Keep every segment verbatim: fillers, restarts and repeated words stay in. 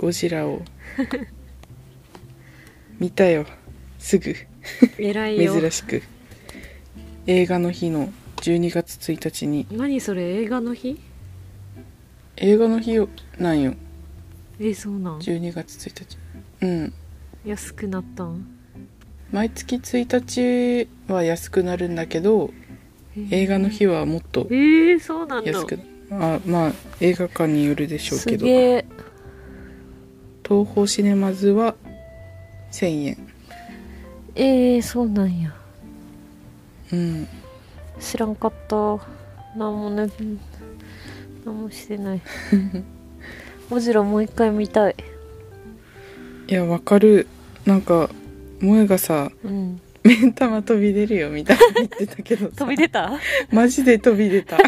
ゴジラを見たよすぐ偉いよ。 珍しく映画の日のじゅうにがつついたちに。 何それ、映画の日？ 映画の日なんよ。 え、そうなん？ じゅうにがつついたち。うん。 安くなったん？ 毎月ついたちは安くなるんだけど、映画の日はもっとえー、そうなんだ。 安く、あ、まあ映画館によるでしょうけど。 すげー。 東宝シネマズはせんえん。 えー、そうなんや。 うん。 知らんかった。なんもね、なんもしてない。ゴジラもう一回見たい。 いや、わかる。なんか萌えがさ、 うん、 目ん玉飛び出るよみたいに言ってたけどさ飛び出た？ マジで飛び出た。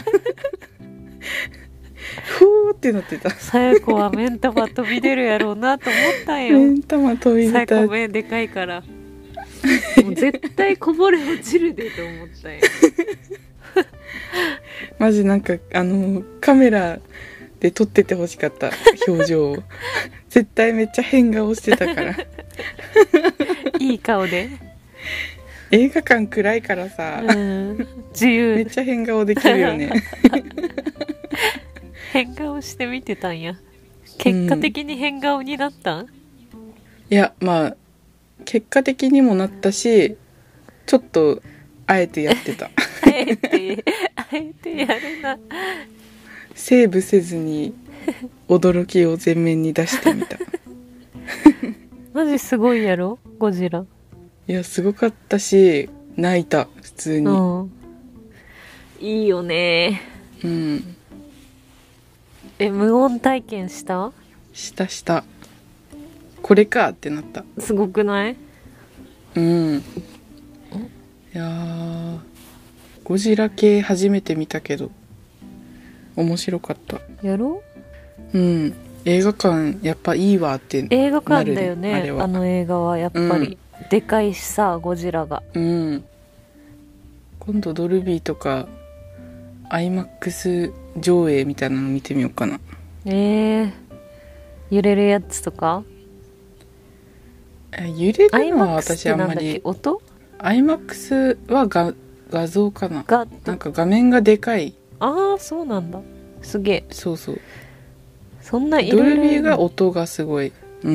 ふーってなってた。 さや子は目ん玉飛び出るやろうなと思ったんよ。 目ん玉飛びさや出た。 子目でかいからもう絶対こぼれ落ちるでと思ったんよ。 マジなんかあのカメラで撮っててほしかった表情を。絶対めっちゃ変顔してたから。 いい顔で。 映画館暗いからさ、 うん、自由。 めっちゃ変顔できるよね。 変顔して見てたんや。結果的に変顔になったん？うん、 いや、まあ結果的にもなったし、ちょっとあえてやってた。 あえてあえてやるな。 セーブせずに驚きを前面に出してみた。 マジすごいやろゴジラ。 いや、すごかったし泣いた普通に。 うん、いいよね。 うん。 え、無音体験した？ したした。これかってなった。 すごくない？ うん。いやー、ゴジラ系初めて見たけど面白かった。 やろう？うん。映画館やっぱいいわってなる。 映画館だよね、 あれは。 あの映画はやっぱり、うん、でかいしさ、ゴジラが。 うん。今度ドルビーとか アイマックス 上映みたいなの見てみようかな。 えー、揺れるやつとか？ 揺れるのは私あんまり。 音？ アイマックス はが画像かな。 がなんか画面がでかい。 ああ、そうなんだ。すげえ。 そうそう。 そんないドろいろ。 ルビーが音がすごい。うん。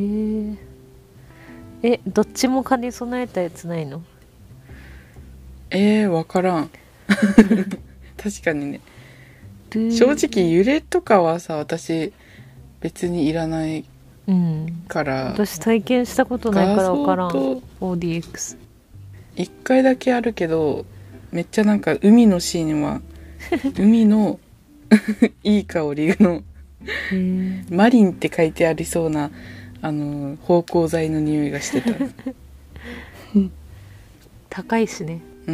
へえ。え、どっちも兼ね備えたやつないの？ えー、わからん。確かにね。正直揺れとかはさ、私別にいらないから、うん、 私体験したことないからわからん。 オーディーエックス一回だけあるけど、めっちゃなんか海のシーンは海のいい香りのマリンって書いてありそうなあの芳香剤の匂いがしてた。 高いしね。 うん。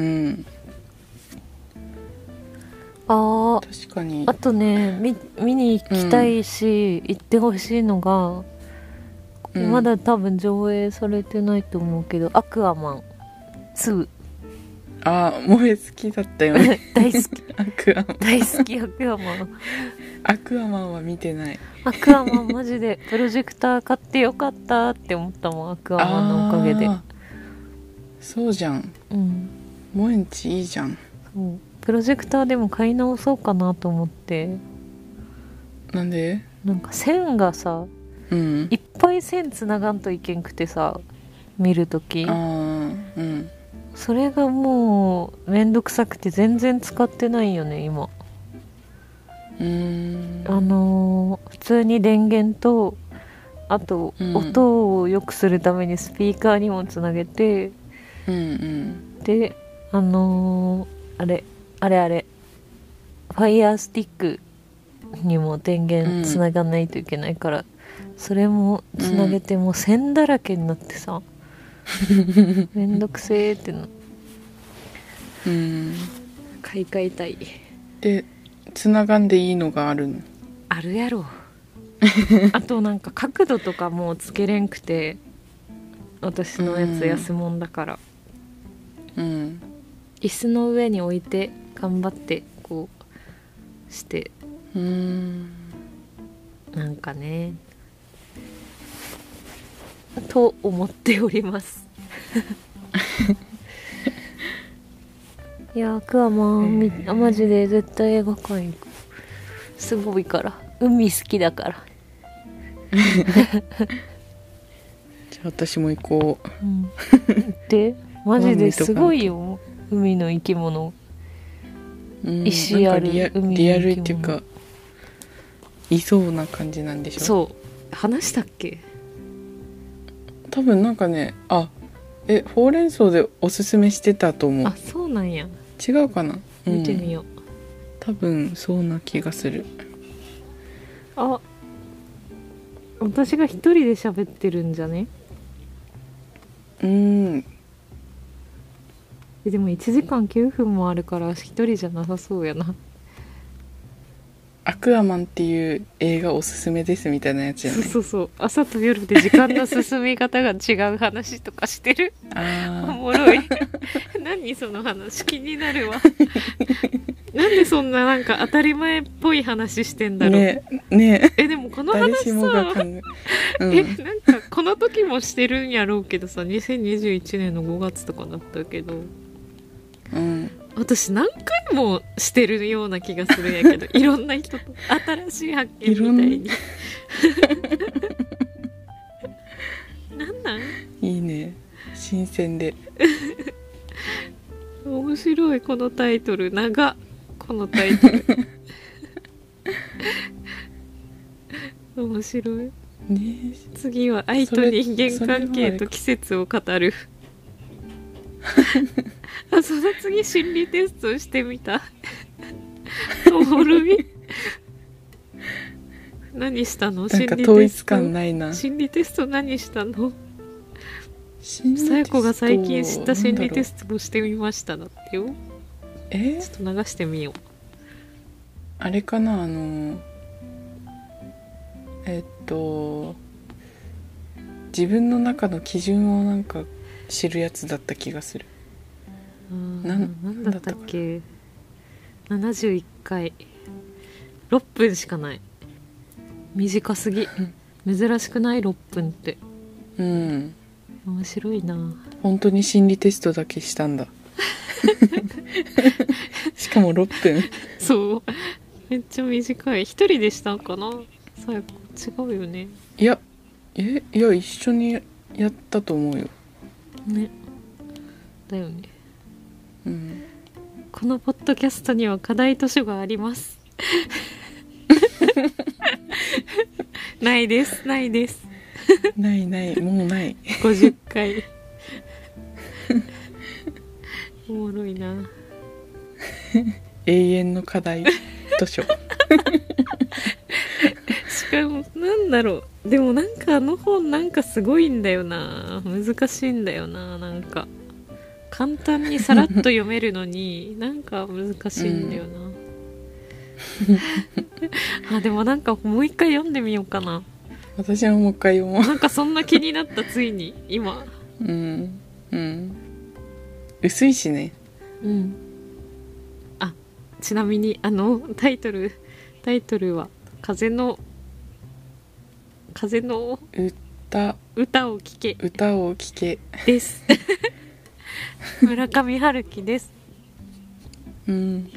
あ確かに。 あとね、見、見に行きたいし、うん、行ってほしいのが、うん、まだ多分上映されてないと思うけど、アクアマンツー。 ああ、萌え好きだったよね。 大好き。 アクアマン大好き。アクアマン。 アクアマンは見てない。 アクアマンマジでプロジェクター買ってよかったって思ったもん、アクアマンのおかげで。 そうじゃん。うん。萌えんちいいじゃん。 そう。プロジェクターでも買い直そうかなと思って。 なんで？なんか線がさ、 うん、 いっぱい線つながんといけんくてさ、見るとき。 あー、うん。 それがもうめんどくさくて全然使ってないよね今。 うーん。 あのー、普通に電源と、あと、うん、音を良くするためにスピーカーにもつなげて、 うんうん、 であのー、あれあれあれファイヤースティックにも電源つながないといけないから、うん、それもつなげてもう線だらけになってさ、めんどくせーってな。 うん。 買い替えたい。 で、つながんでいいのがあるの？ あるやろ。あとなんか角度とかもつけれんくて、私のやつ安もんだから、 うん、 椅子の上に置いて頑張ってこうして、 うーん、 なんかねと思っておりますいやクワマン、えー、マジで絶対映画館行く。すごいから海好きだからじゃあ私も行こう、 うん、でマジですごいよ海の生き物、 うん、 石あるリア、 海の生き物リアルっていうかいそうな感じなんでしょ。 そう話したっけ。 多分なんかね、あえほうれん草でおすすめしてたと思う。 あそうなんや。 違うかな、 見てみよう、うん、 多分そうな気がする。 あ私が一人で喋ってるんじゃね。 うーんでもいちじかんきゅうふんもあるから一人じゃなさそうやな。 アクアマンっていう映画おすすめですみたいなやつやね。 そうそうそう、朝と夜で時間の進み方が違う話とかしてる。 あおもろい何その話気になるわなんでそんななんか当たり前っぽい話してんだろうね。ねえでもこの話さ、 うん、 えなんかこの時もしてるんやろうけどさ、にせんにじゅういちねんのごがつとかだったけど、 うん、 私何回もしてるような気がするんやけどいろんな人と新しい発見みたいになんなんいいね、新鮮で面白いこのタイトル。長このタイトル面白い、ね、次は愛と人間関係と季節を語るあその次心理テストしてみたおもろい何したの。 なんか統一感ないな。 心理テスト何したの。さや子が最近知った心理テストをしてみましただってよ。 えちょっと流してみよう。 あれかな、あのえっと自分の中の基準をなんか知るやつだった気がする。 ななんだったっけ。ななじゅういっかいろっぷんしかない。短すぎ珍しくないろっぷんって。 うん面白いな。 本当に心理テストだけしたんだしかもろっぷん。 そうめっちゃ短い。一人でしたんかな。さや子違うよね。 いやえいや一緒にやったと思うよね。だよね。 うん、 このポッドキャストには課題図書がありますないですないですないないもうないごじゅっかいおもろいな。 永遠の課題図書しかもなんだろう、でもなんかあの本なんかすごいんだよな。難しいんだよな。なんか簡単にさらっと読めるのになんか難しいんだよな、うん、あでもなんかもう一回読んでみようかな。 私ももう一回読もう。 なんかそんな気になったついに今。 うんうん薄いしね。 うんあちなみにあのタイトルタイトルは風の風の歌歌を聴け歌を聴けです村上春樹です。 うん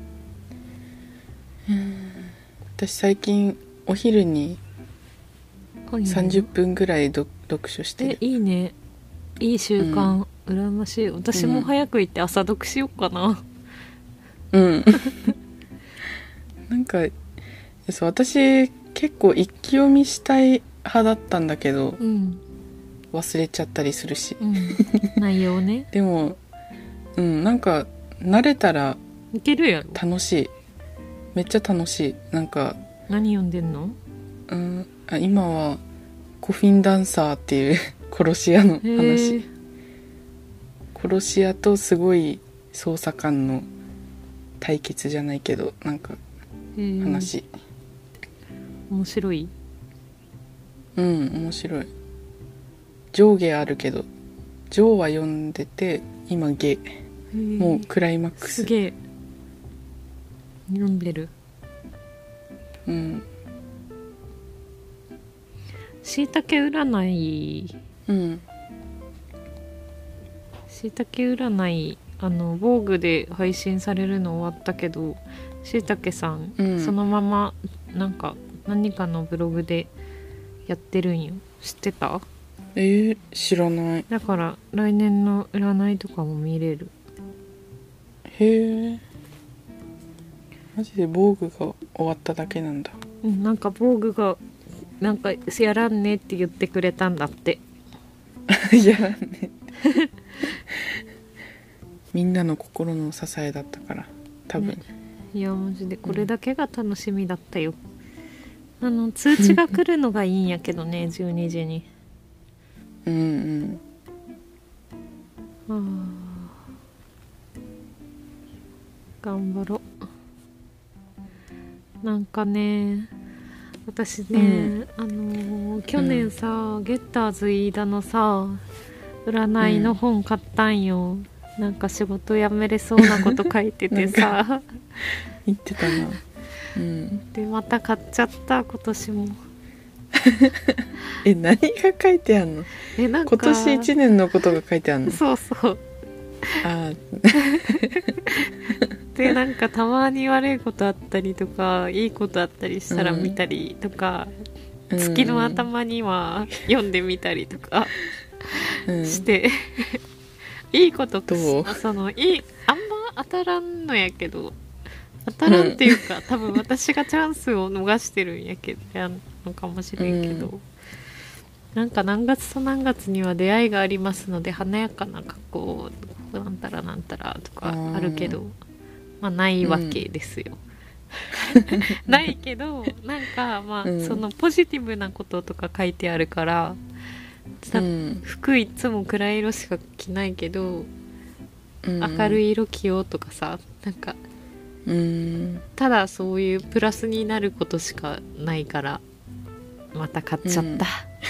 私最近お昼にさんじゅっぷんぐらい読書してる。 えいいね、いい習慣、うん、羨ましい。私も早く行って朝読しようかな。 うんなんかそう私結構一気読みしたい派だったんだけど、 うん、 忘れちゃったりするし、 うん、内容ねでもうんなんか慣れたらいけるやろ。 楽しい、めっちゃ楽しい。なんか何読んでんの。 うん、あ今はコフィンダンサーっていう殺し屋の話。殺し屋とすごい捜査官の対決じゃないけどなんか話。 面白い。 うん面白い。上下あるけど上は読んでて今下もうクライマックス。 すげえ読んでる。 うん。 しいたけ占いうんしいたけ占い、あの防具で配信されるの終わったけど、しいたけさん、 うん、 そのままなんか何かのブログでやってるんよ。知ってた？ えー、知らない。 だから来年の占いとかも見れる。 へえ、マジで防具が終わっただけなんだ。 うん、なんか防具がなんかやらんねって言ってくれたんだって。 やらんねみんなの心の支えだったから多分、ね、 いやマジでこれだけが楽しみだったよ、うん、あの通知が来るのがいいんやけどねじゅうにじに。 うんうん、頑張ろう。なんかね私ね、うん、あのー、去年さ、うん、ゲッターズ飯田のさ占いの本買ったんよ、うん、なんか仕事辞めれそうなこと書いててさ言ってたな、うん、 でまた買っちゃった今年もえ、何が書いてあんの？え、なんか今年いちねんのことが書いてあんの？ そうそうあでなんかたまに悪いことあったりとかいいことあったりしたら見たりとか、うん、月の頭には読んでみたりとかして、うん、いいことどう？ そのいいあんま当たらんのやけど当たらんっていうか、うん、多分私がチャンスを逃してるんやけどやのかもしれんけど、うん、なんか何月と何月には出会いがありますので華やかな格好なんたらなんたらとかあるけど、まあないわけですよ、うん、ないけどなんかまあ、うん、そのポジティブなこととか書いてあるから、うん、服いつも暗い色しか着ないけど、うん、明るい色着ようとかさ、なんか、うん、ただそういうプラスになることしかないからまた買っちゃった、うん、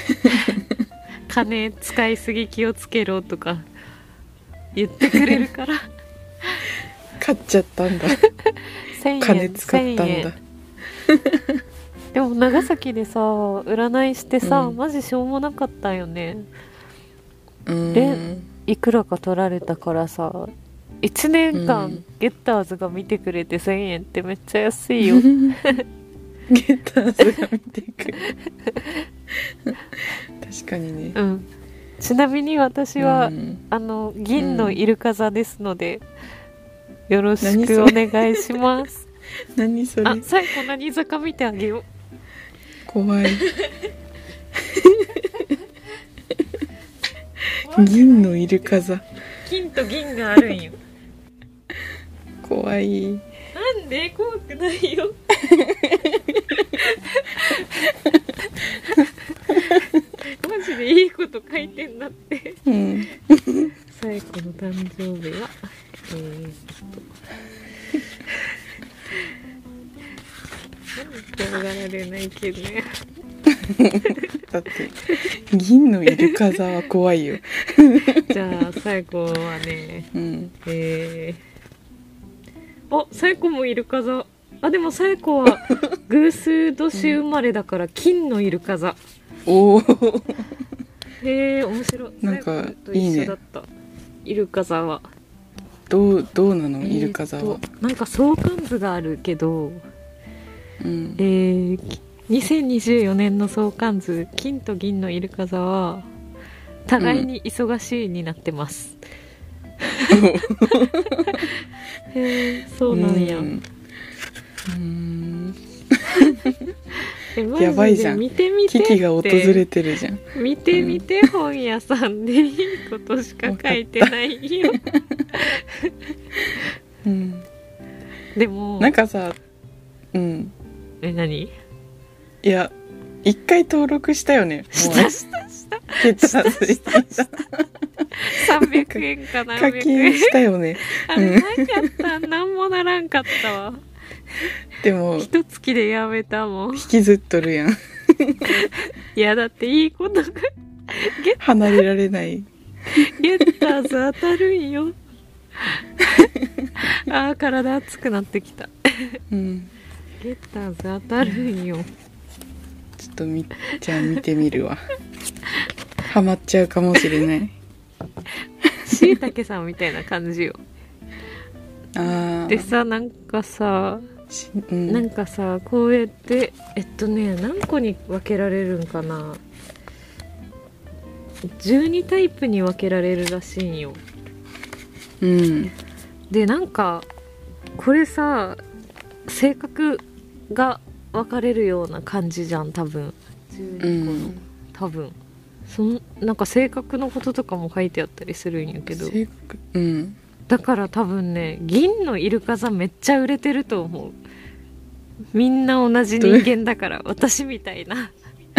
金使いすぎ気をつけろとか言ってくれるから買っちゃったんだせんえん金使ったんだでも長崎でさ占いしてさ、うん、マジしょうもなかったよね。でいくらか取られたからさいちねんかん、うん、ゲッターズが見てくれてせんえんってめっちゃ安いよゲッターズが見てくれ確かにね、 うん、ちなみに私は、うん、あの銀のイルカ座ですので、うん、よろしくお願いします何それ。 あ、最後何座か見てあげよう。 怖い銀のイルカ座、 金と銀があるんよ怖い。 なんで怖くないよマジでいいこと書いてんだって、うん、最後の誕生日はえー、っと怖がられないけどねだって銀のイルカ座は怖いよじゃあ最後はね、うん、えー、お、最後もイルカ座。あ、でも最後は偶数年生まれだから金のイルカ座、うん、おおへえ面白い。 なんかいいね。 イルカ座はどうどうなの、イルカ座は。 なんか相関図があるけど、うん、えー、にせんにじゅうよねんの相関図金と銀のイルカ座は互いに忙しいになってます、うん、へえそうなんや。うんうんえマジでやばいじゃん。 見てみてって危機が訪れてるじゃん。 見てみて、うん、本屋さんでいいことしか書いてないよ、うん、でもなんかさ、うんえ何いや一回登録したよね。 したしたしたしたしたさんびゃくえんか何百円課金したよね。 あれ何やったん何もならんかったわ。 でも一月でやめたもん。 引きずっとるやんいやだっていいことが離れられない。 ゲッターズ当たるんよあー体熱くなってきた、うん、ゲッターズ当たるんよ。 ちょっとみじゃあ見てみるわハマっちゃうかもしれないしいたけさんみたいな感じよ。 あでさ、なんかさ、 うん、 なんかさ、こうやってえっとね何個に分けられるんかな、じゅうにタイプに分けられるらしいんよ。 うんでなんかこれさ、性格が分かれるような感じじゃん多分。じゅうにこの、うん、多分そんなんか性格のこととかも書いてあったりするんやけど、 性格、うん、 だから多分ね、銀のイルカ座めっちゃ売れてると思う。みんな同じ人間だから私みたいな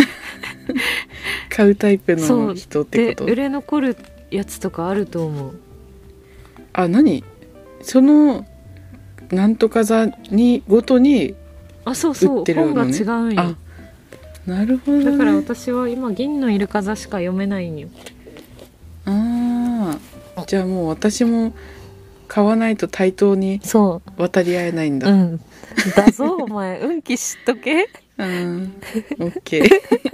買うタイプの人ってことで売れ残るやつとかあると思う。 あ、何そのなんとか座にごとにあ、そうそう、 売ってるの、ね、 本が違うんよ。 あ、なるほど、ね、 だから私は今銀のイルカ座しか読めないんよ。 ああ、じゃあもう私も買わないと対等に渡り合えないんだ。 う、うん、だぞお前運気知っとけ。 うん、オッケー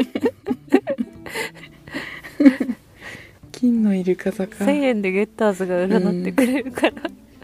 金のイルカ座か。 せんえんでゲッターズが占ってくれるから、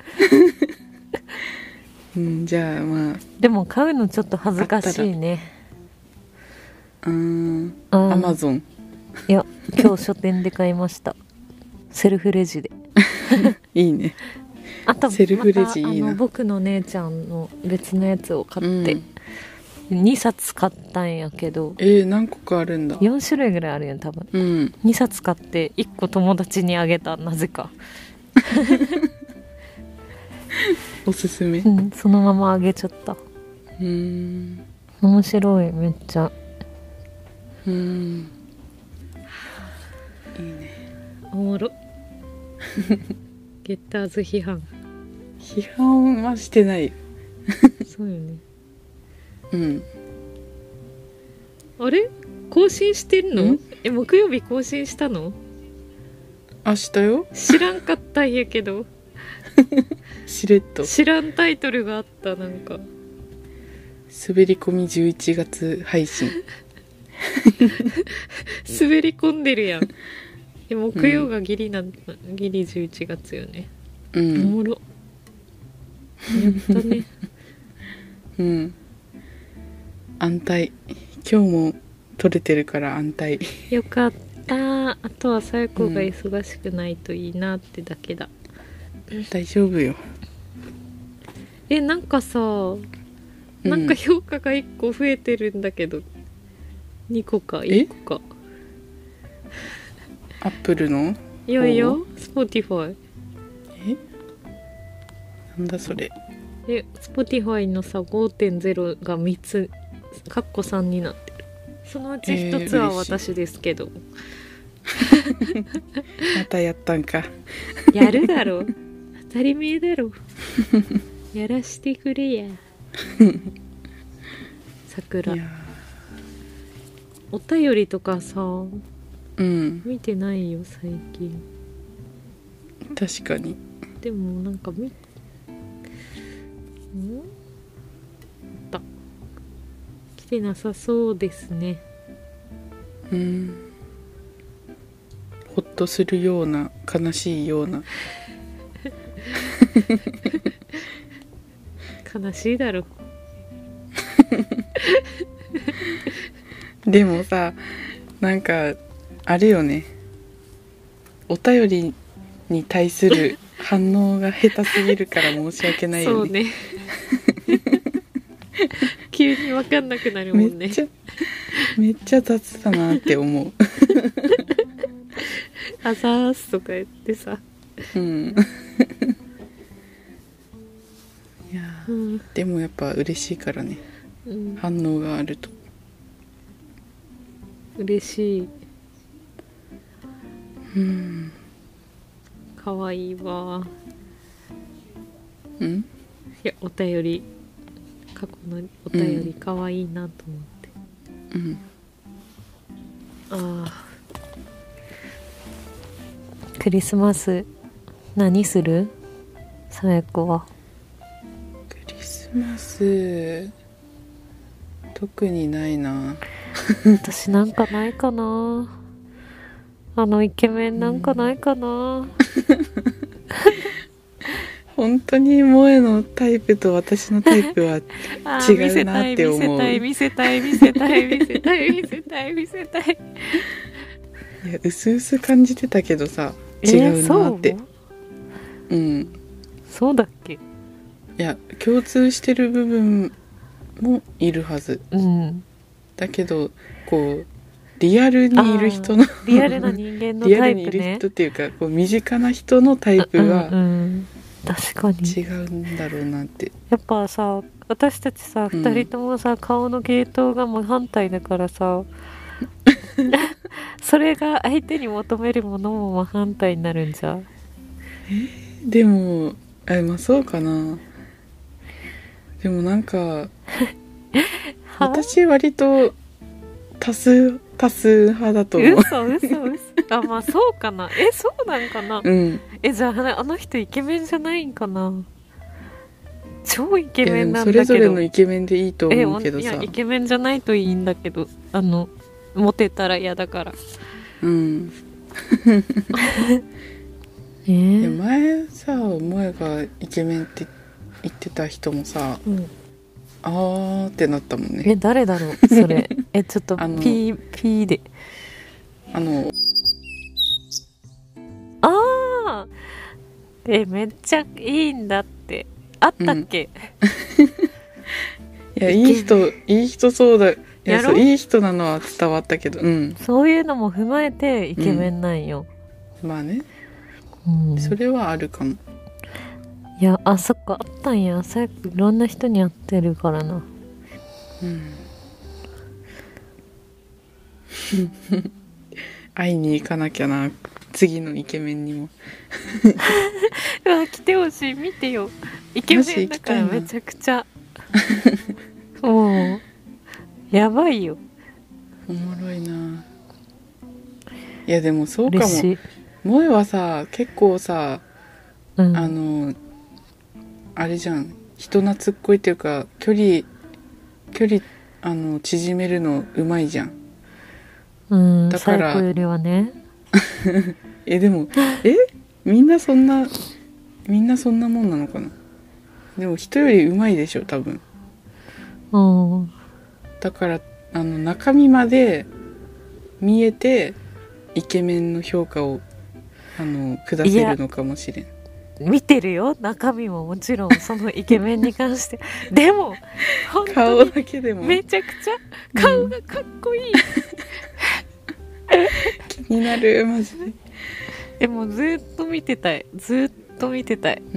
うん、うん、じゃあまあでも買うのちょっと恥ずかしいね。 うーん、アマゾン。 いや今日書店で買いましたセルフレジでいいね。 あとセルフレジいいな。 またあの僕の姉ちゃんの別のやつを買って、うん、にさつ買ったんやけど、 えー、何個かあるんだ。 よん種類ぐらいあるやん多分、 うん、 にさつ買っていっこ友達にあげた、なぜかおすすめ、 うん、そのままあげちゃった。 うーん、 面白い、めっちゃ。 うーん、いいね。 おもろゲッターズ批判批判はしてないよそうよね。 うん。 あれ更新してんの？え、木曜日更新したの？ 明日よ。 知らんかったんやけどしれっと知らんタイトルがあった。なんか滑り込みじゅういちがつ配信滑り込んでるやん。え、木曜がギリな、うん、ギリじゅういちがつよね。 うん、 おもろ。やったねうん、安泰。今日も撮れてるから安泰。 よかった。あとはさやこが忙しくないといいなってだけだ、 うん、大丈夫よ。 え、なんかさ、なんか評価がいっこ増えてるんだけど、にこかいっこか。 アップルの？ いやいや、スポティファイ。 え、なんだそれ。 え、スポティファイのさ ごてんゼロ がみっつかっこさんになってる。そのうちひとつは私ですけど、 えー、またやったんか。 やるだろ、当たり前だろやらしてくれや桜。お便りとかさ、うん、見てないよ最近。 確かに。 でもなんかみんあった来てなさそうですね。 うん、ほっとするような悲しいような悲しいだろでもさ、なんかあれよね、お便りに対する反応が下手すぎるから申し訳ないよね。そうね急に分かんなくなるもんね。 めっちゃめっちゃ雑だなって思うあざーすとか言ってさ、 うんいや、うん、でもやっぱ嬉しいからね、うん、反応があると嬉しい。 うん、 かわいいわ。 うん、 いや、お便り、過去のお便りかわいいなと思って、うん、ああ。クリスマス何する？さやこは。 クリスマス特にないな私なんかないかな。 あのイケメンなんかないかな。 本当に萌えのタイプと私のタイプは違うなって思う。 見せたい見せたい見せたい見せたい見せたい見せたい。 いや、うすうす感じてたけどさ、違うなって。うん。 そうだっけ。いや、共通してる部分もいるはず。 うん。 だけどこうリアルにいる人のリアルな人間のタイプね。リアルにいる人っていうか、こう身近な人のタイプは、 うんうん、確かに違うんだろうなって。 やっぱさ、私たちさ、うん、ふたりともさ、顔の系統が真反対だからさそれが相手に求めるものも真反対になるんじゃ。 えー、でもあ、まあそうかな。でもなんか私割と多数多数派だと思う。 嘘嘘嘘。あ、まあそうかな。え、そうなんかな。 うん。 え、じゃああの人イケメンじゃないんかな。超イケメンなんだけど。 それぞれのイケメンでいいと思うけどさ。 いや、イケメンじゃないといいんだけど、あのモテたら嫌だから。 うん。 えー、 前さ、萌えがイケメンって言ってた人もさ、うん、あーってなったもんね。 え、誰だろうそれ。え、ちょっとピーピーで、 あのあー、え、めっちゃいいんだって。あったっけ、 うん、いや、いい人いい人そうだ。いや、そう、いい人なのは伝わったけど、うん、 そういうのも踏まえてイケメンなんよ、 うん、まあね、 うん、 それはあるかも。 いや、あ、そっか、あったんや。最近いろんな人に会ってるからな。 うん。会いに行かなきゃな、次のイケメンにも。 うわ、来てほしい。見てよ、イケメンだからめちゃくちゃもうやばいよ。 おもろいな。いや、でもそうかも。萌えはさ、結構さ、うん、あのあれじゃん、人懐っこいっていうか、距離距離あの縮めるのうまいじゃん。 うん、だから最高よりはねえ、でもえみんなそんなみんなそんなもんなのかな。でも人よりうまいでしょ多分。 うん、 だからあの中身まで見えてイケメンの評価をあの下せるのかもしれん。 見てるよ、中身ももちろん、そのイケメンに関してでも本当に顔だけでもめちゃくちゃ顔がかっこいい、うん、 気になるマジで。 でもずっと見てたい、ずっと見てたい。 うん、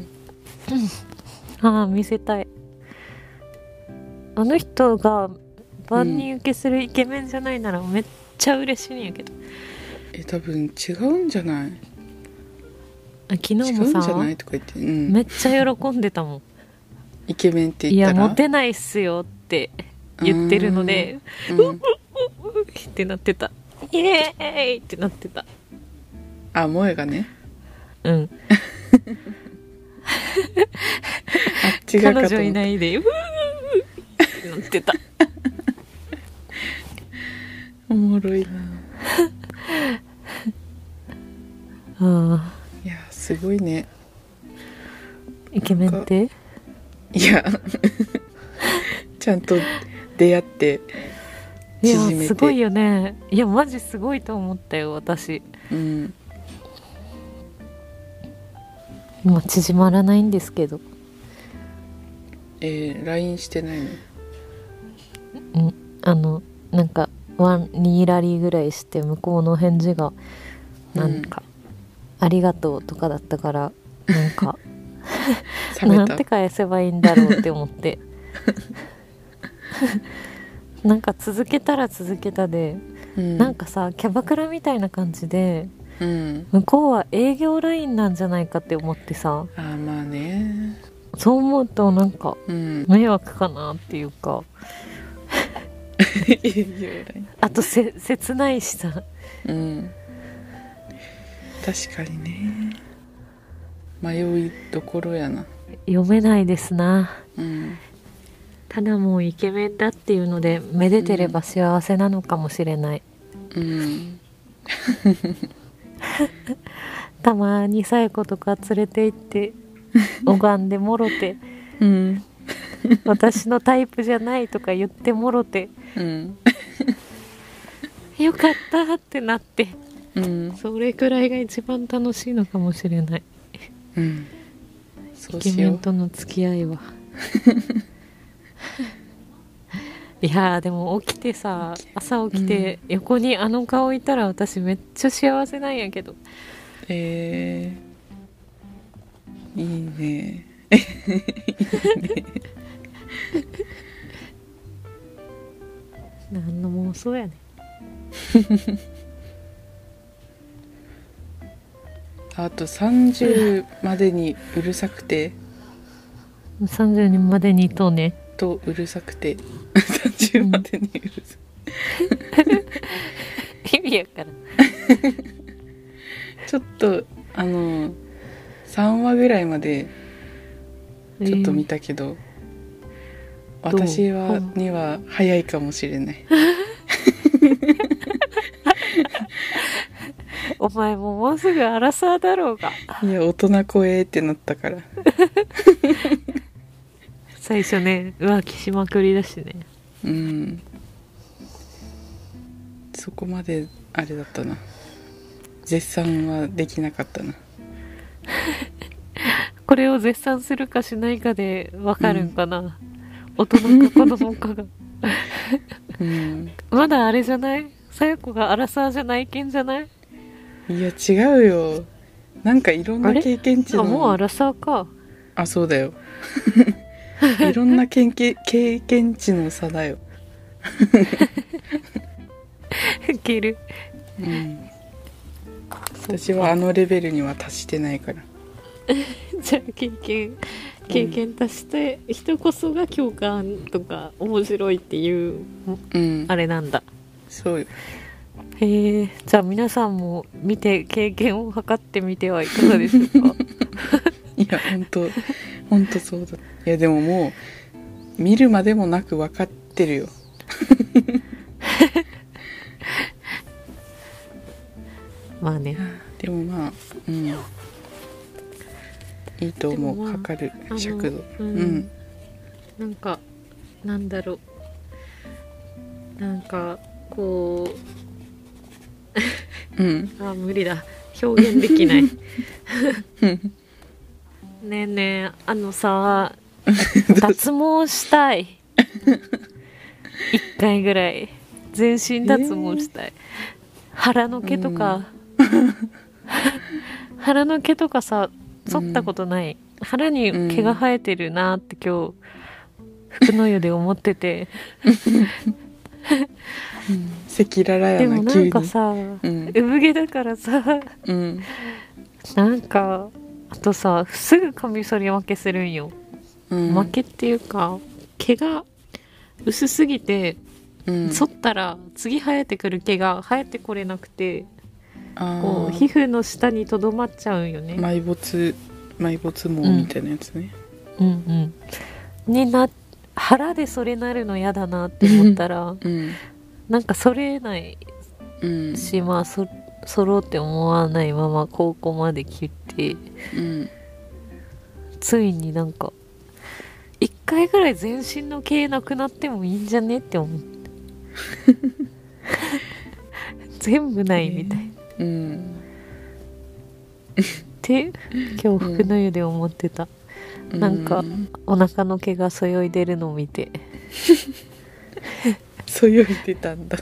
ああ、見せたい。あの人が万人受けするイケメンじゃないならめっちゃ嬉しいんやけど、うん、 え、多分違うんじゃない。 昨日もさ、 うん、 めっちゃ喜んでたもん。 イケメンって言ったら、 いやモテないっすよって言ってるので、うん、うっうっうっってなってた。イエーイってなってた。 あ、萌えがね、 うんあっちがかと思った。 彼女いないでうーってなってたおもろいなああ、 いやすごいね、 イケメンって。 いやちゃんと出会って縮めて。 いやすごいよね。いやマジすごいと思ったよ私。 うん、 まあ縮まらないんですけど。 えー、ライン してないの？ うん、あのなんかワンにラリーぐらいして向こうの返事がなんか、うん、ありがとうとかだったから、なんかなんて返せばいいんだろうって思ってなんか続けたら続けたで、うん、なんかさキャバクラみたいな感じで、うん、向こうは営業ラインなんじゃないかって思ってさ。 あ、まあね、 そう思うとなんか迷惑かなっていうか、うん、あとせ切ないしさ、 うん、確かにね、迷いどころやな。 読めないですな、 うん、 ただもうイケメンだっていうのでめでてれば幸せなのかもしれない。 うん、 たまにさえことか連れて行って拝んでもろて、 うん、 私のタイプじゃないとか言ってもろて、 うん、 よかったってなって、 うん、 それくらいが一番楽しいのかもしれない。 うん、そイケうしよう。 メンとの付き合いは。いやーでも起きてさ、朝起きて横にあの顔いたら私めっちゃ幸せなんやけど。 えー、いいね。いいね。 何の妄想やねん。 あとさんじゅうまでにうるさくてさんじゅうにんまでにとね。 とうるさくてさんじゅうまでにうるさ意味やから。 ちょっとあのさんわぐらいまでちょっと見たけど、えー、私はには早いかもしれない。 お前ももうすぐアラサーだろうが。 いや大人怖えってなったから。 最初ね浮気しまくりだしね。 うん、そこまであれだったな。絶賛はできなかったな。 これを絶賛するかしないかでわかるんかな、うん、大人か子供かが、うん、まだあれじゃない？さや子がアラサーじゃないけんじゃない？ いや違うよ。なんかいろんな経験値の。 あ、もうアラサーか。 あ、そうだよ。いろんな経験経験値の差だよ。 ウケる。 うん。私はあのレベルには達してないから。 じゃあ経験経験足して人こそが共感とか面白いっていう、うん、あれなんだ。 そうよ。 へえ、じゃあ皆さんも見て経験を測ってみてはいかがでしょうか。 いや本当本当そうだ。いやでももう見るまでもなく分かってるよ。 まあね。 でもまあ、うん、いいと思う、まあ、測る尺度。うん、うん、 なんかなんだろう、なんかこう、うん、あ無理だ、表現できない。ねえねえ、あのさ、脱毛したい。一回ぐらい全身脱毛したい、えー、腹の毛とか、うん、腹の毛とかさ剃ったことない、うん、腹に毛が生えてるなって今日福の湯で思ってて。 赤裸々やな。 でもなんかさ、うん、産毛だからさ、うん、なんかあとさすぐカミソリ負けするんよ、うん、負けっていうか毛が薄すぎて、うん、剃ったら次生えてくる毛が生えてこれなくて、こう皮膚の下にとどまっちゃうんよね。 埋没埋没毛みたいなやつね、 うん、うんうんにな腹でそれなるの嫌だなって思ったら、うん、なんかそれないし、うん、まあそ剃ろうって思わないまま高校まで来て、うん、ついになんか一回ぐらい全身の毛なくなってもいいんじゃねって思って。全部ないみたいな、えー、うんって今日福の湯で思ってた、うん、なんかお腹の毛がそよいでるのを見て。 そよいでたんだ。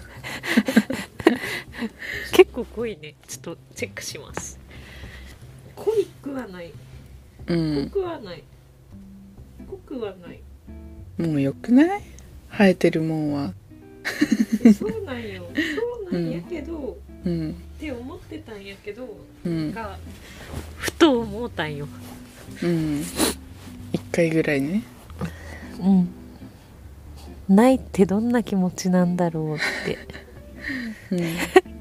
結構濃いね。ちょっとチェックします。濃いくはない、うん、濃くはない、濃くはない。 もうよくない？生えてるもんは。 そうなんよ、そうなんやけど、うん、って思ってたんやけど、うん、がふと思ったんよ。 うん。一回ぐらいね。 うん。ないってどんな気持ちなんだろうって。うん、ま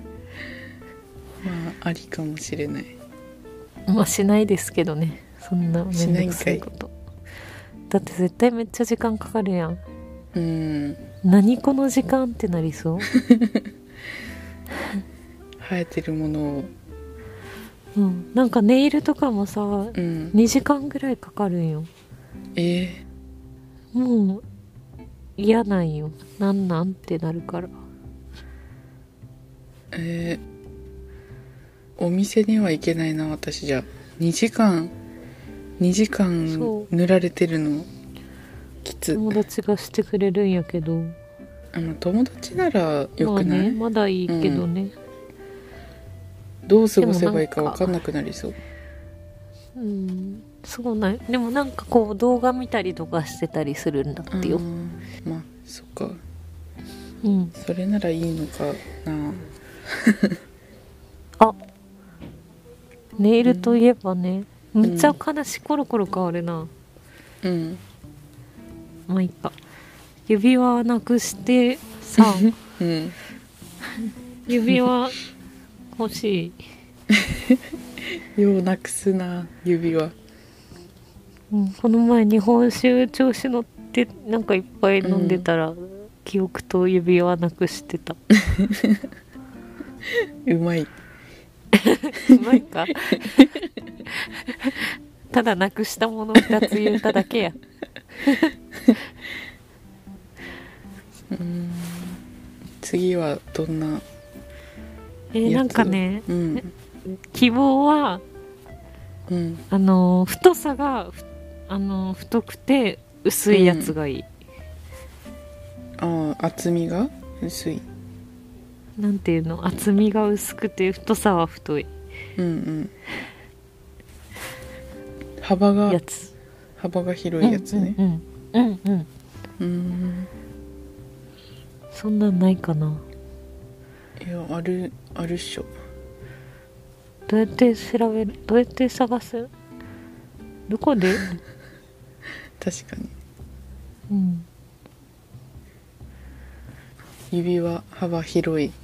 あありかもしれない。 まあしないですけどね。そんなめんどくさいこと。だって絶対めっちゃ時間かかるやん。うん。何この時間ってなりそう。 生えてるものを、 うん、なんかネイルとかもさ、 うん、 にじかんぐらいかかるんよ。 えもう嫌なんよ。なんなんってなるから。 ー、えー、お店には行けないな私じゃ。にじかんにじかん塗られてるのきつ。 友達がしてくれるんやけど、 あの友達ならよまあくない、 ね、まだいいけどね、 うん、どう過ごせばいいか分かんなくなりそう。 うん、そうなん。でもなんかこう動画見たりとかしてたりするんだってよ。 まあそっか、 うん、 それならいいのかな。 あ、ネイルといえばね、めっちゃ話コロコロ変わるな。 うん、 まあいいか。指輪なくしてさ、 うん、 指輪欲しいようなくすな指輪。 い、うん、この前日本酒調子乗ってなんかいっぱい飲んでたら、うん、記憶と指輪なくしてた。 うまい。うまいか。ただなくしたものふたつ言っただけや。 ーん、次はどんなえー、なんかね、 うん、 希望は、 うん、 あの太さがあの太くて薄いやつがいい、 うん、ああ厚みが薄い、 なんていうの、厚みが薄くて太さは太い、 うんうん、幅がやつ、 幅が広いやつね。 うんうんうんうん、 うん、 そんなんないかな。 いやあるあるっしょ。 どうやって調べる、どうやって探す、どこで確かに。 うん、 指輪幅広い。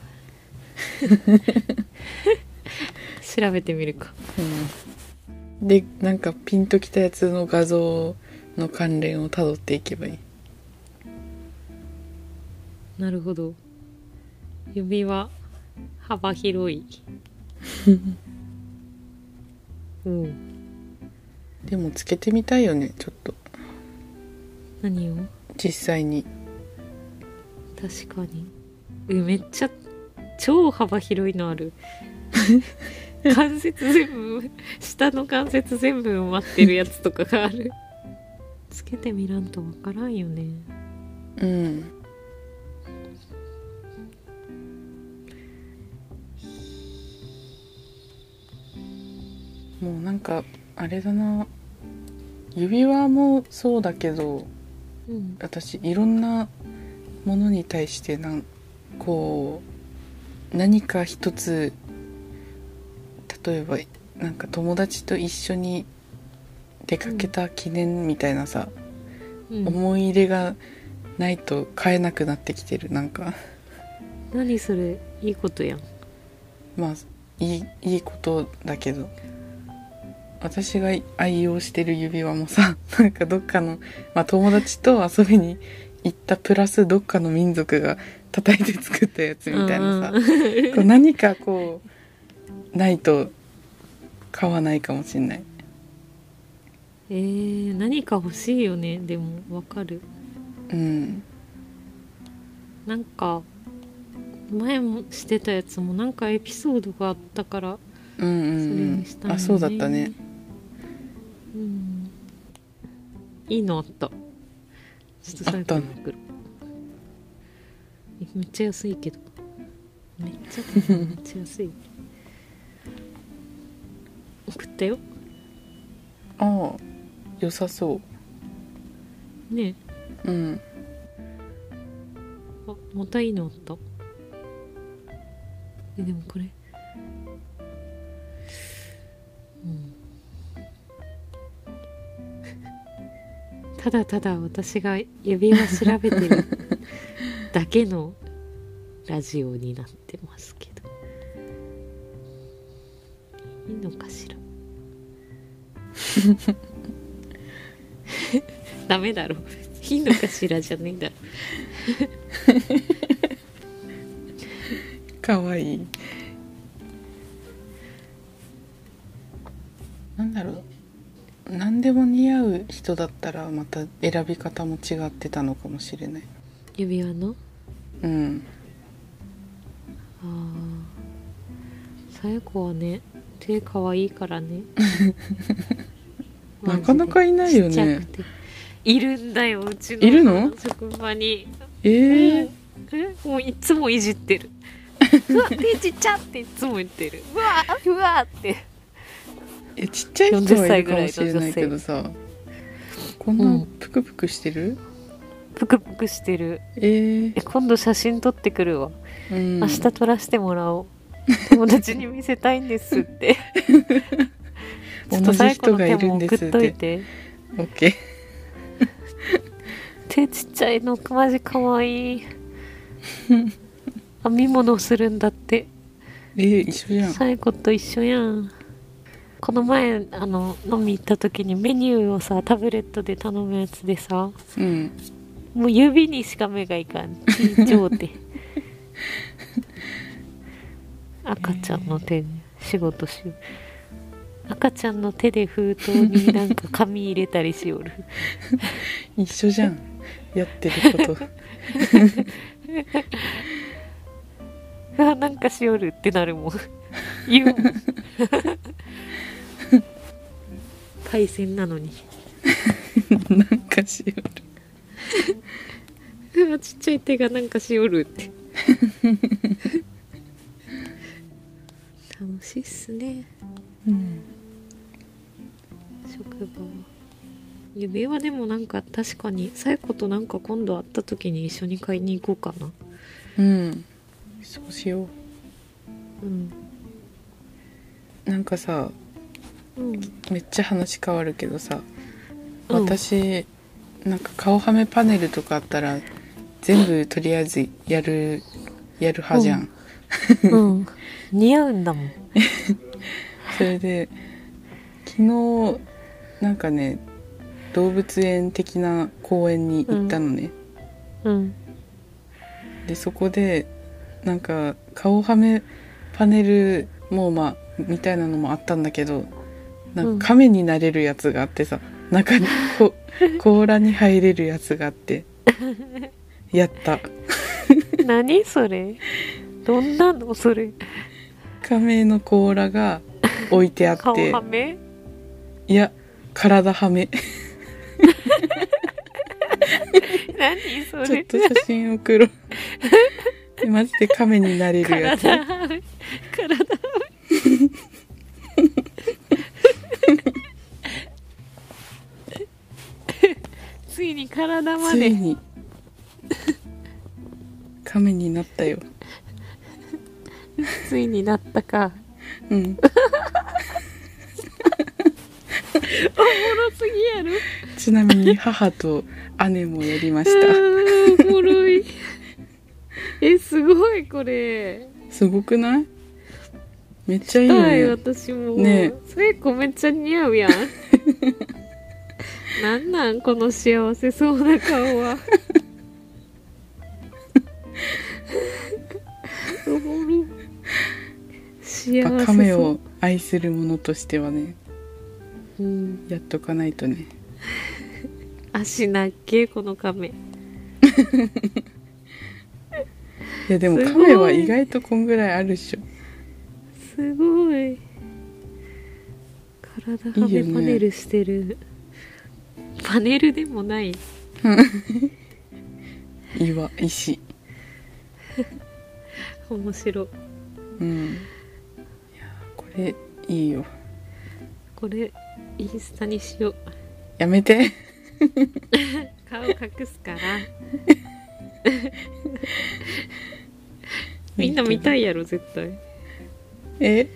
調べてみるか。 うん、でなんかピンときたやつの画像の関連をたどっていけばいい。 なるほど。指輪幅広い。うん。 でもつけてみたいよねちょっと。 何を？ 実際に。 確かに。え、めっちゃ超幅広いのある。関節全部、下の関節全部埋まってるやつとかがある。つけてみらんとわからんよね。 うん。もうなんかあれだな、指輪もそうだけど、うん、私いろんなものに対してなんこう何か一つ、例えばなんか友達と一緒に出かけた記念みたいなさ、うん、思い入れがないと買えなくなってきてる。なんか何それ、いいことやん。 まあいい、いいことだけど、私が愛用してる指輪もさ、なんかどっかの、まあ、友達と遊びに行ったプラスどっかの民族が叩いて作ったやつみたいなさ、こう何かこうないと買わないかもしんない。 えー、何か欲しいよね。でもわかる。 うん。 なんか前もしてたやつもなんかエピソードがあったから、 うんうんうん、それにしたんよね。あ、そうだったね。 うん、いいのあった。ちょっと最後に送る。めっちゃ安いけど、めっちゃめっちゃ安い。送ったよ。 ああ、良さそう。 ねえ。うん。 あ、またいいのあった。え、でもこれ。うん。ただただ私が指輪調べてるだけのラジオになってますけど、いいのかしら。ダメだろ、いいのかしらじゃねえだろ。 かわいい。 なんだろう、何でも似合う人だったらまた選び方も違ってたのかもしれない。 指輪のうんああさや子はね手可愛いからねなかなかいないよね。 ちっちゃくているんだよ、うちいるのの職場に。 えー、 えもういつもいじってるうわ手ちっちゃっていつも言ってる。うわうわってえちっちゃい人はいるかもしれないけどさ、こんなプクプクしてる、うん、 プクプクしてる。 えー、 え今度写真撮ってくるわ、 うん、 明日撮らせてもらおう。友達に見せたいんですってちょっと最後の手も送っといて。 オッケー手ちっちゃいのマジかわいい編み物するんだって。 えー、一緒じゃん。 最後と一緒やん。この前あの飲み行った時にメニューをさタブレットで頼むやつでさ、 うん、 もう指にしか目がいかん緊張って赤ちゃんの手で仕事しよう。赤ちゃんの手で封筒になんか紙入れたりしよる一緒じゃんやってることあなんかしよるってなるもん言うもんパイセンなのになんかしよるちっちゃい手がなんかしよるって楽しいっすね、 うん、 職場は指輪でもなんか確かにさや子となんか今度会った時に一緒に買いに行こうかな。 うんそうしよう。うんなんかさ、 うん、 めっちゃ話変わるけどさ、 うん、 私なんか顔はめパネルとかあったら全部とりあえずやるやる派じゃん、 うんうん、似合うんだもんそれで昨日なんかね動物園的な公園に行ったのね、 うんうん、 でそこでなんか顔はめパネルもまあみたいなのもあったんだけど、なんか亀になれるやつがあってさ、中にこ甲羅に入れるやつがあってやった何それ、どんなのそれ。 亀の甲羅が置いてあって、 顔はめ、 いや体はめ何それ、 ちょっと写真送ろうマジで亀になれるやつ。 体はめ体はめついに体までついに亀になったよ。 ついになったか。 うんおもろすぎやろ。 ちなみに母と姉もやりました。 おもろい。えすごい、これすごくない？めっちゃいいよね。 私もねえ、 それこめっちゃ似合うやんなんなんこの幸せそうな顔はおもろ。幸せそう。 亀を愛する者としてはね、 うん、 やっとかないとね。 足なっけこの亀。いやでも亀は意外とこんぐらいあるっしょ。 すごい。体はめパネルしてる。いいよね。パネルでもない岩石面白。 うん、いやこれいいよ。 これインスタにしよう。 やめて顔隠すからみんな見たいやろ絶対。 え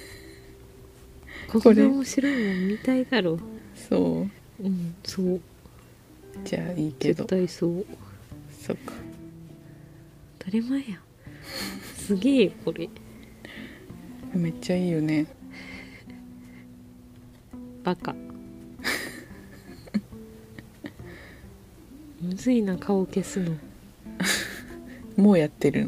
こんな面白いもん見たいだろ。 そう、 うん、そう。 じゃあいいけど。 絶対そう。 そっか、 当たり前やん。すげえこれめっちゃいいよね。 バカむずいな、顔消すのもうやってるの？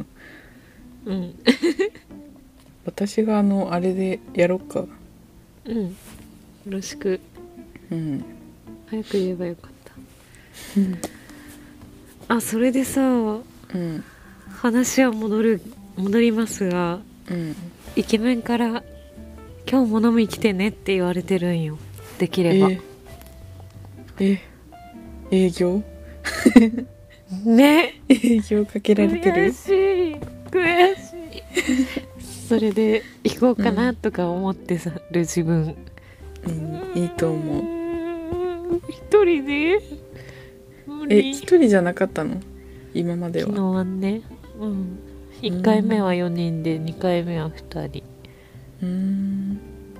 うん私があのあれでやろっか。 うんろしく。 うん早く言えばよかっうんた。あ、それでさ、 うん話は戻る戻りますが、 うんイケメンから今日も飲み来てねって言われてるんよ。できればええ営業ね。 営業かけられて悔る。 しい悔しいそれで行こうかなとか思ってさる自分、 うん、いいと思う。 一人で無え理。 一人じゃなかったの今までは。 昨日はね、うん、いっかいめはよにんでにかいめはふたり。 うーん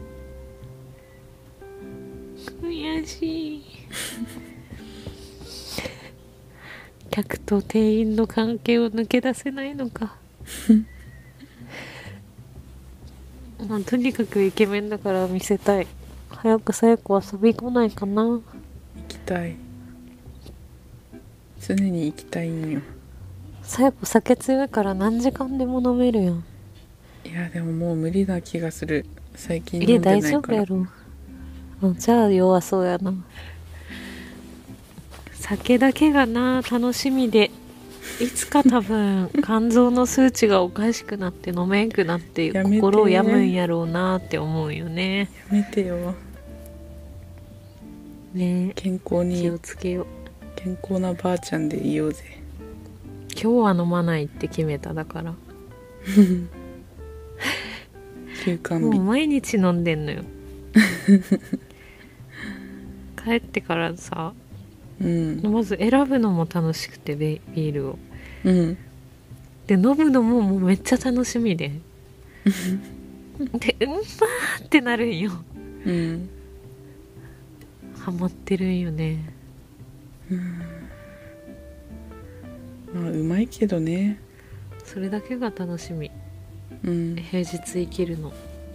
悔しい客と店員の関係を抜け出せないのかもうとにかくイケメンだから見せたい。早くさや子遊び来ないかな。 行きたい。常に行きたいんよ。 さや子酒強いから何時間でも飲めるやん。 いやでももう無理な気がする。最近え飲んで大丈ないから。 夫やろ。あじゃあ弱そうやな。酒だけがな楽しみで、いつか多分肝臓の数値がおかしくなって飲めんくなってやめて心を病むんやろうなって思うよね。 やめてよ。 ね健康気にをつけよう。 健康なばあちゃんでいようぜ。 今日は飲まないって決めた。だから休館もう日。 毎日飲んでんのよ帰ってからさ、 うんまず選ぶのも楽しくてビビールをうんで飲むのももうめっちゃ楽しみででうんまーってなるんよ。 うんハマってるんよね。 まあうまいけどね。 それだけが楽しみ。 うん平日生きるの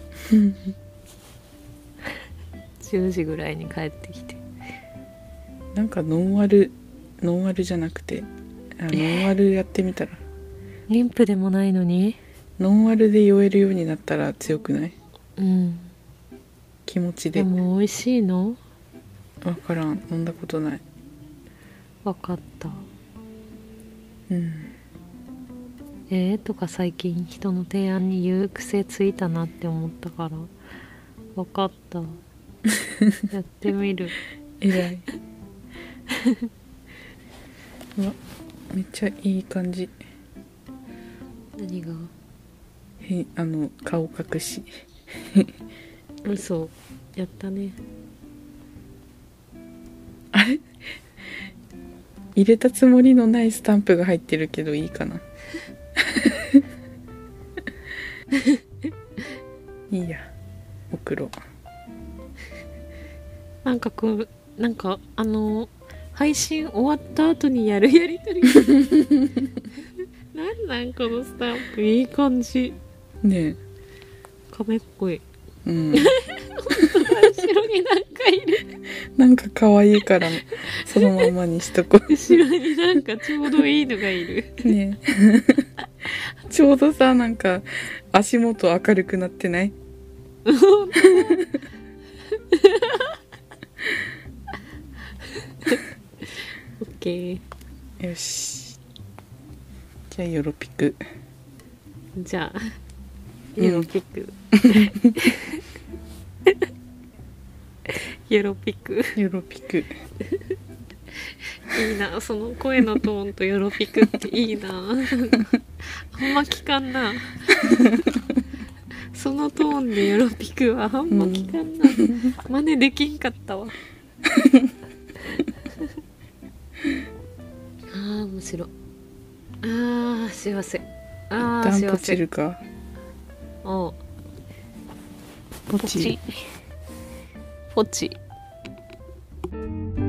じゅうじぐらいに帰ってきて。 なんかノンアルノンアルじゃなくてあノンアルやってみたら妊婦でもないのに。 ノンアルで酔えるようになったら強くない？ うん気持ちでで。 も美味しいの？ わからん、飲んだことない。 分かった。 うんえー、とか最近人の提案に言う癖ついたなって思ったから分かったやってみる。 えらい。うわめっちゃいい感じ。 何が？ へあの顔隠し嘘やったね。 あれ入れたつもりのないスタンプが入ってるけどいいかな。いいや送ろう。 なんかこうなんかあの配信終わった後にやるやりとりなんなんこのスタンプいい感じ。 ねえ亀っこいい。 うん後ろになんかいる。 なんか可愛いからそのままにしとこ後ろになんかちょうどいいのがいる。 うねえちょうどさなんか足元明るくなってない？ オッケー。 よしじゃあヨロピク。 じゃあヨロピク、ヨロピクヨロピクいいな。その声のトーンとヨロピクっていいな。あんま聞かんな。そのトーンでヨロピクはあんま聞かんな、うん、真似できんかったわ。あー面白い。あー幸せ。あー一旦ポ幸せ。 チるか。 おうポチポチポチ